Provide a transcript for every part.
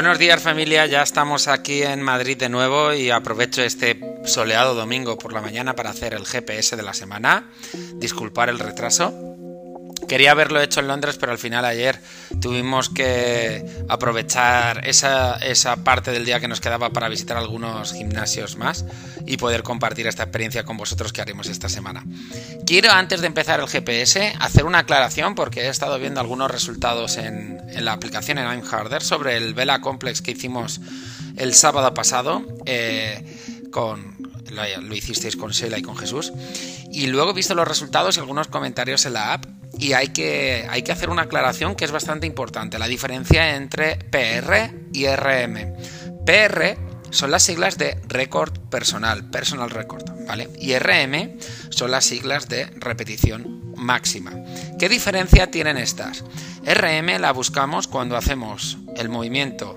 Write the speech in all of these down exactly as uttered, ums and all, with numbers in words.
Buenos días familia, ya estamos aquí en Madrid de nuevo y aprovecho este soleado domingo por la mañana para hacer el G P S de la semana. Disculpar el retraso. Quería haberlo hecho en Londres, pero al final ayer tuvimos que aprovechar esa, esa parte del día que nos quedaba para visitar algunos gimnasios más y poder compartir esta experiencia con vosotros que haremos esta semana. Quiero, antes de empezar el G P S, hacer una aclaración porque he estado viendo algunos resultados en, en la aplicación en I'm Harder sobre el Vela Complex que hicimos el sábado pasado eh, con... Lo, lo hicisteis con Sheila y con Jesús, y luego he visto los resultados y algunos comentarios en la app y hay que, hay que hacer una aclaración que es bastante importante, la diferencia entre P R y R M. P R son las siglas de récord personal, personal record, ¿vale? Y R M son las siglas de repetición máxima. ¿Qué diferencia tienen estas? R M la buscamos cuando hacemos el movimiento,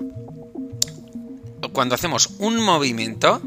cuando hacemos un movimiento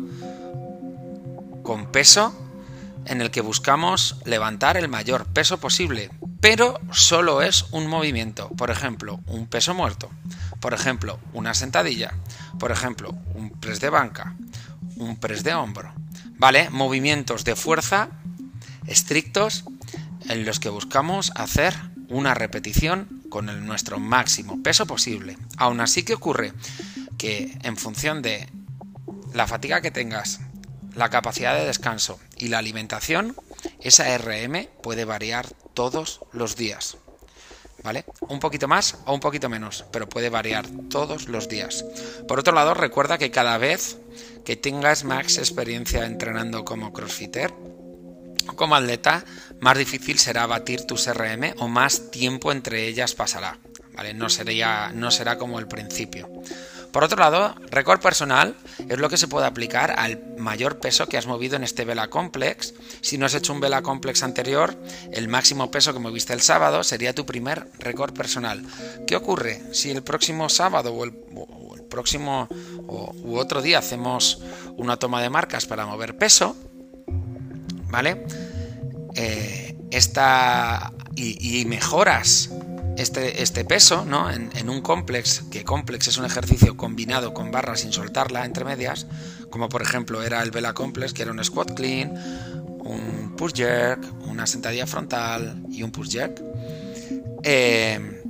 con peso en el que buscamos levantar el mayor peso posible, pero solo es un movimiento. Por ejemplo, un peso muerto, por ejemplo, una sentadilla, por ejemplo, un press de banca, un press de hombro, ¿vale? Movimientos de fuerza estrictos en los que buscamos hacer una repetición con el, nuestro máximo peso posible. Aún así, ¿qué ocurre? Que en función de la fatiga que tengas, la capacidad de descanso y la alimentación, esa R M puede variar todos los días, ¿vale? Un poquito más o un poquito menos, pero puede variar todos los días. Por otro lado, recuerda que cada vez que tengas más experiencia entrenando como crossfitter o como atleta, más difícil será batir tus R M o más tiempo entre ellas pasará, ¿vale? No sería, no será como el principio. Por otro lado, récord personal es lo que se puede aplicar al mayor peso que has movido en este Vela Complex. Si no has hecho un Vela Complex anterior, el máximo peso que moviste el sábado sería tu primer récord personal. ¿Qué ocurre? Si el próximo sábado o el, o el próximo o, u otro día hacemos una toma de marcas para mover peso, ¿vale? Eh, esta y, y mejoras Este, este peso, ¿no? en, en un complex, que complex es un ejercicio combinado con barra sin soltarla entre medias, como por ejemplo era el Vela Complex, que era un squat clean, un push jerk, una sentadilla frontal y un push jerk. Eh,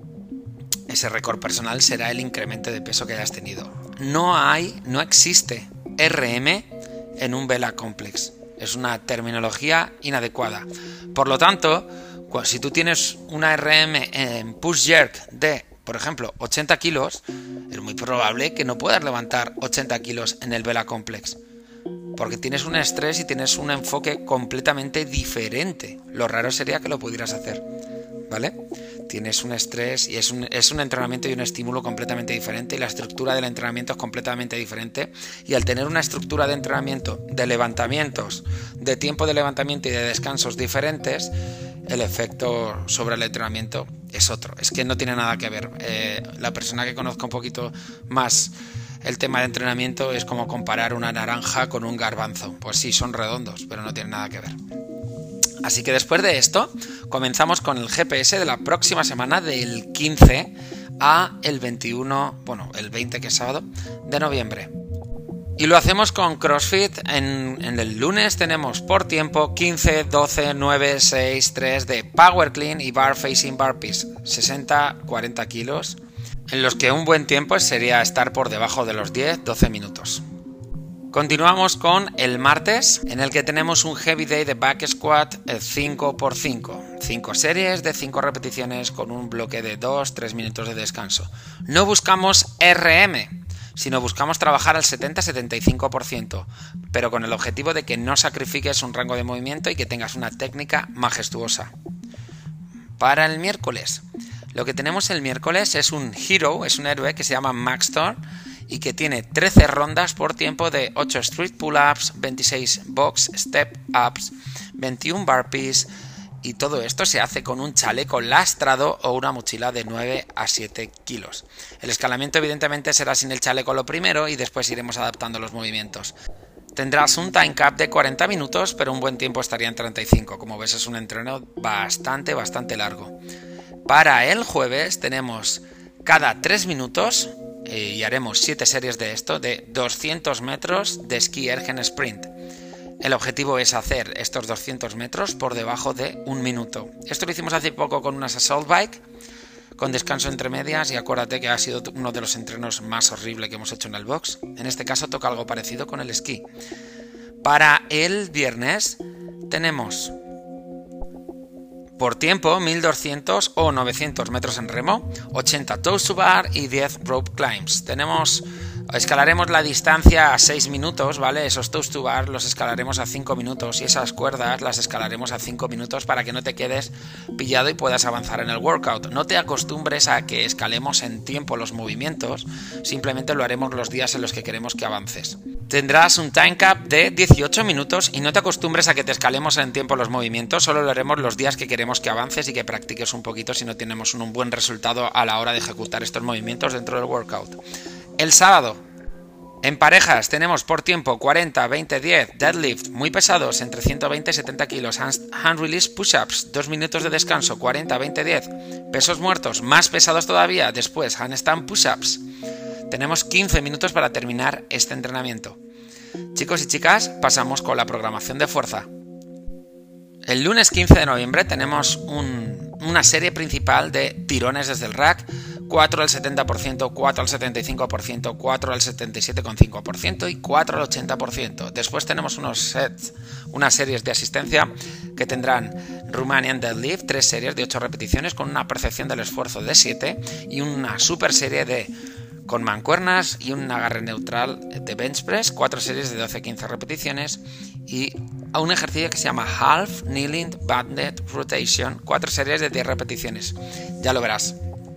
ese récord personal será el incremento de peso que hayas tenido. No hay, no existe R M en un Vela Complex. Es una terminología inadecuada. Por lo tanto, si tú tienes una R M en push jerk de, por ejemplo, ochenta kilos, es muy probable que no puedas levantar ochenta kilos en el Vela Complex, porque tienes un estrés y tienes un enfoque completamente diferente. Lo raro sería que lo pudieras hacer, ¿vale? Tienes un estrés y es un, es un entrenamiento y un estímulo completamente diferente, y la estructura del entrenamiento es completamente diferente, y al tener una estructura de entrenamiento, de levantamientos, de tiempo de levantamiento y de descansos diferentes, el efecto sobre el entrenamiento es otro. Es que no tiene nada que ver. Eh, la persona que conozca un poquito más el tema de entrenamiento es como comparar una naranja con un garbanzo. Pues sí, son redondos, pero no tienen nada que ver. Así que después de esto, comenzamos con el G P S de la próxima semana, del quince a el veintiuno, bueno, el veinte, que es sábado, de noviembre. Y lo hacemos con CrossFit. En, en el lunes tenemos por tiempo quince, doce, nueve, seis, tres de Power Clean y Bar Facing Burpees, sesenta a cuarenta kilos, en los que un buen tiempo sería estar por debajo de los diez, doce minutos. Continuamos con el martes, en el que tenemos un Heavy Day de Back Squat cinco por cinco. cinco series de cinco repeticiones con un bloque de dos, tres minutos de descanso. No buscamos R M, sino buscamos trabajar al setenta a setenta y cinco por ciento, pero con el objetivo de que no sacrifiques un rango de movimiento y que tengas una técnica majestuosa. Para el miércoles, lo que tenemos el miércoles es un hero, es un héroe que se llama Maxtor y que tiene trece rondas por tiempo de ocho street pull-ups, veintiséis box step ups, veintiuno burpees, y todo esto se hace con un chaleco lastrado o una mochila de nueve a siete kilos. El escalamiento evidentemente será sin el chaleco lo primero y después iremos adaptando los movimientos. Tendrás un time cap de cuarenta minutos, pero un buen tiempo estaría en treinta y cinco. Como ves, es un entreno bastante, bastante largo. Para el jueves tenemos cada tres minutos eh, y haremos siete series de esto, de doscientos metros de esquí ergen sprint. El objetivo es hacer estos doscientos metros por debajo de un minuto. Esto lo hicimos hace poco con unas assault bike, con descanso entre medias, y acuérdate que ha sido uno de los entrenos más horribles que hemos hecho en el box. En este caso toca algo parecido con el esquí. Para el viernes tenemos por tiempo mil doscientos o novecientos metros en remo, ochenta toes to bar y diez rope climbs. Tenemos, escalaremos la distancia a seis minutos, ¿vale? Esos toes to bar los escalaremos a cinco minutos y esas cuerdas las escalaremos a cinco minutos para que no te quedes pillado y puedas avanzar en el workout. No te acostumbres a que escalemos en tiempo los movimientos, simplemente lo haremos los días en los que queremos que avances. Tendrás un time cap de dieciocho minutos y no te acostumbres a que te escalemos en tiempo los movimientos, solo lo haremos los días que queremos que avances y que practiques un poquito si no tenemos un buen resultado a la hora de ejecutar estos movimientos dentro del workout. El sábado, en parejas, tenemos por tiempo cuarenta, veinte, diez, deadlift, muy pesados, entre ciento veinte y setenta kilos, hand release push-ups, dos minutos de descanso, cuarenta, veinte, diez, pesos muertos, más pesados todavía, después handstand push-ups. Tenemos quince minutos para terminar este entrenamiento. Chicos y chicas, pasamos con la programación de fuerza. El lunes quince de noviembre tenemos un, una serie principal de tirones desde el rack, cuatro al setenta por ciento, cuatro al setenta y cinco por ciento, cuatro al setenta y siete coma cinco por ciento y cuatro al ochenta por ciento. Después tenemos unos sets, unas series de asistencia que tendrán Romanian Deadlift, tres series de ocho repeticiones con una percepción del esfuerzo de siete y una super serie de con mancuernas y un agarre neutral de bench press, cuatro series de doce a quince repeticiones y a un ejercicio que se llama Half Kneeling Banded Rotation, cuatro series de diez repeticiones. Ya lo verás.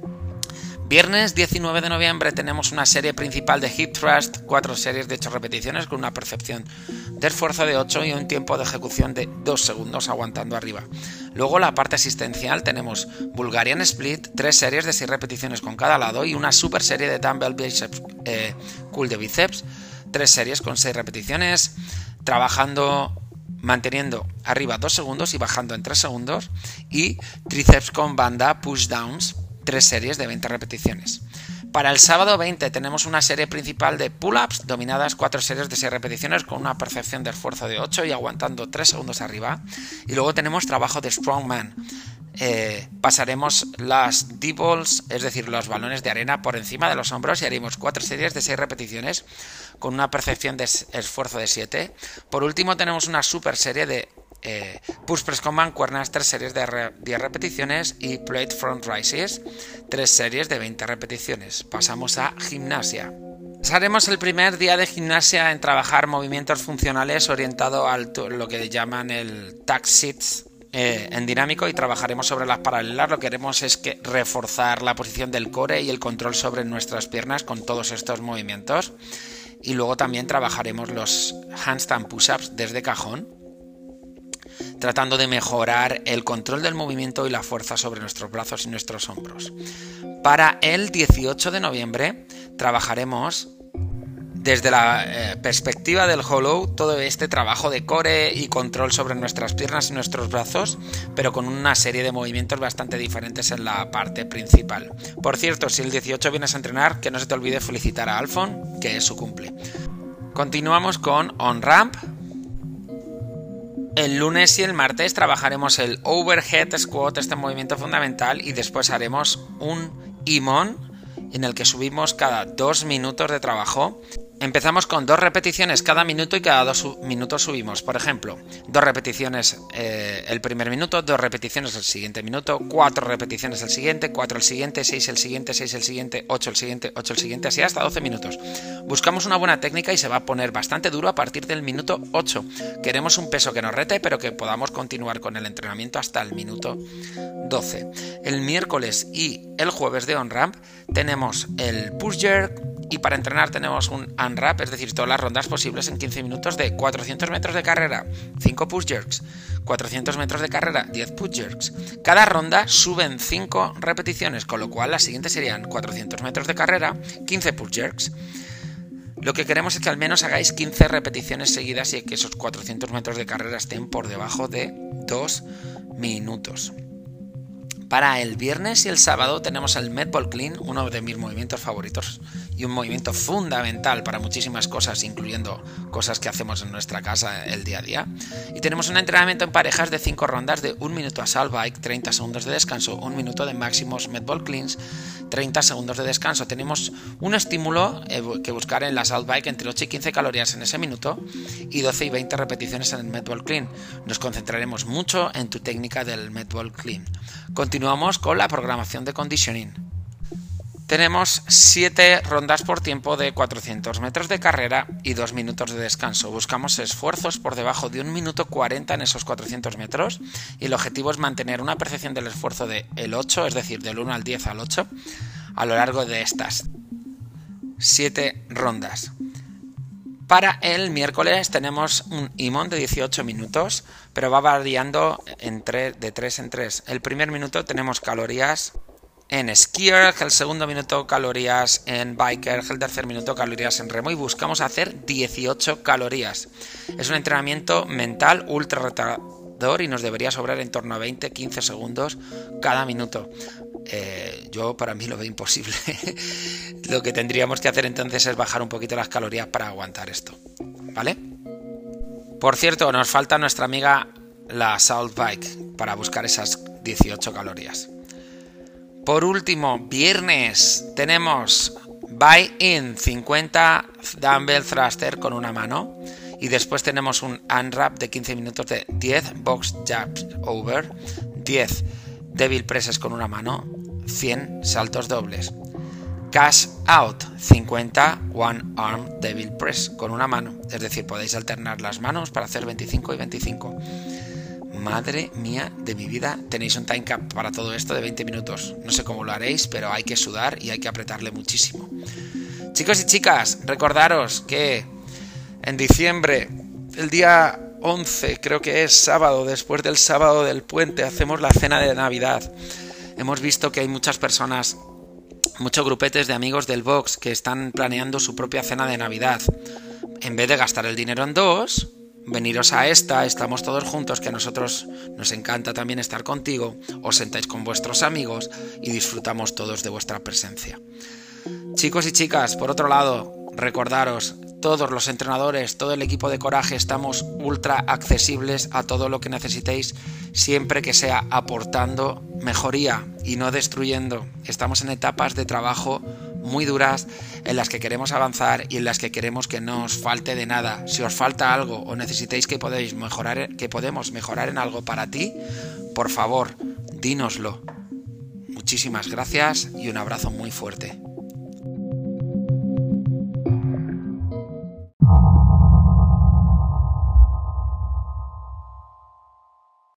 Viernes diecinueve de noviembre tenemos una serie principal de Hip Thrust, cuatro series de ocho repeticiones con una percepción de esfuerzo de ocho y un tiempo de ejecución de dos segundos aguantando arriba. Luego la parte asistencial tenemos Bulgarian Split, tres series de seis repeticiones con cada lado y una super serie de Dumbbell Biceps eh, Cool de bíceps, tres series con seis repeticiones, trabajando manteniendo arriba dos segundos y bajando en tres segundos, y tríceps con banda push downs, tres series de veinte repeticiones. Para el sábado veinte tenemos una serie principal de pull-ups dominadas, cuatro series de seis repeticiones con una percepción de esfuerzo de ocho y aguantando tres segundos arriba. Y luego tenemos trabajo de strongman. Eh, pasaremos las D-balls, es decir, los balones de arena por encima de los hombros y haremos cuatro series de seis repeticiones con una percepción de esfuerzo de siete. Por último tenemos una super serie de Eh, push press con mancuernas, tres series de re diez repeticiones y plate front rises, tres series de veinte repeticiones. Pasamos a gimnasia. Pasaremos el primer día de gimnasia en trabajar movimientos funcionales orientado a lo que llaman el tuck sits eh, en dinámico, y trabajaremos sobre las paralelas. Lo que haremos es que reforzar la posición del core y el control sobre nuestras piernas con todos estos movimientos, y luego también trabajaremos los handstand push-ups desde cajón, tratando de mejorar el control del movimiento y la fuerza sobre nuestros brazos y nuestros hombros. Para el dieciocho de noviembre trabajaremos desde la eh, perspectiva del hollow todo este trabajo de core y control sobre nuestras piernas y nuestros brazos, pero con una serie de movimientos bastante diferentes en la parte principal. Por cierto, si el dieciocho vienes a entrenar, que no se te olvide felicitar a Alfon, que es su cumple. Continuamos con On Ramp. El lunes y el martes trabajaremos el overhead squat, este movimiento fundamental, y después haremos un E M O N en el que subimos cada dos minutos de trabajo. Empezamos con dos repeticiones cada minuto y cada dos minutos subimos. Por ejemplo, dos repeticiones eh, el primer minuto, dos repeticiones el siguiente minuto, cuatro repeticiones el siguiente, cuatro el siguiente, seis el siguiente, seis el siguiente, ocho el siguiente, ocho el siguiente, así hasta doce minutos. Buscamos una buena técnica y se va a poner bastante duro a partir del minuto ocho. Queremos un peso que nos rete, pero que podamos continuar con el entrenamiento hasta el minuto doce. El miércoles y el jueves de On Ramp tenemos el push jerk, y para entrenar tenemos un unwrap, es decir, todas las rondas posibles en quince minutos de cuatrocientos metros de carrera, cinco push jerks, cuatrocientos metros de carrera, diez push jerks. Cada ronda suben cinco repeticiones, con lo cual las siguientes serían cuatrocientos metros de carrera, quince push jerks. Lo que queremos es que al menos hagáis quince repeticiones seguidas y que esos cuatrocientos metros de carrera estén por debajo de dos minutos. Para el viernes y el sábado tenemos el Med Ball Clean, uno de mis movimientos favoritos y un movimiento fundamental para muchísimas cosas, incluyendo cosas que hacemos en nuestra casa el día a día. Y tenemos un entrenamiento en parejas de cinco rondas de un minuto assault bike, treinta segundos de descanso, un minuto de máximos medball cleans, treinta segundos de descanso. Tenemos un estímulo que buscar en la assault bike entre ocho y quince calorías en ese minuto y doce y veinte repeticiones en el medball clean. Nos concentraremos mucho en tu técnica del medball clean. Continuamos con la programación de conditioning. Tenemos siete rondas por tiempo de cuatrocientos metros de carrera y dos minutos de descanso. Buscamos esfuerzos por debajo de un minuto cuarenta en esos cuatrocientos metros y el objetivo es mantener una percepción del esfuerzo de el ocho, es decir, del uno al diez al ocho, a lo largo de estas siete rondas. Para el miércoles tenemos un I M O N de dieciocho minutos, pero va variando entre, de tres en tres. El primer minuto tenemos calorías en skier, el segundo minuto calorías en biker, el tercer minuto calorías en remo y buscamos hacer dieciocho calorías. Es un entrenamiento mental ultra retador y nos debería sobrar en torno a veinte a quince segundos cada minuto. Eh, yo para mí lo veo imposible. Lo que tendríamos que hacer entonces es bajar un poquito las calorías para aguantar esto, ¿vale? Por cierto, nos falta nuestra amiga la assault bike para buscar esas dieciocho calorías. Por último, viernes tenemos buy-in, cincuenta dumbbell thruster con una mano. Y después tenemos un unwrap de quince minutos de diez box jumps over, diez devil presses con una mano, cien saltos dobles. Cash out, cincuenta one arm devil press con una mano. Es decir, podéis alternar las manos para hacer veinticinco y veinticinco. Madre mía de mi vida, tenéis un time cap para todo esto de veinte minutos. No sé cómo lo haréis, pero hay que sudar y hay que apretarle muchísimo. Chicos y chicas, recordaros que en diciembre, el día once, creo que es sábado, después del sábado del puente, hacemos la cena de Navidad. Hemos visto que hay muchas personas, muchos grupetes de amigos del box que están planeando su propia cena de Navidad. En vez de gastar el dinero en dos, veniros a esta, estamos todos juntos, que a nosotros nos encanta también estar contigo, os sentáis con vuestros amigos y disfrutamos todos de vuestra presencia. Chicos y chicas, por otro lado, recordaros, todos los entrenadores, todo el equipo de Coraje, estamos ultra accesibles a todo lo que necesitéis, siempre que sea aportando mejoría y no destruyendo. Estamos en etapas de trabajo muy duras en las que queremos avanzar y en las que queremos que no os falte de nada. Si os falta algo o necesitáis que podéis mejorar, que podemos mejorar en algo para ti, por favor, dínoslo. Muchísimas gracias y un abrazo muy fuerte.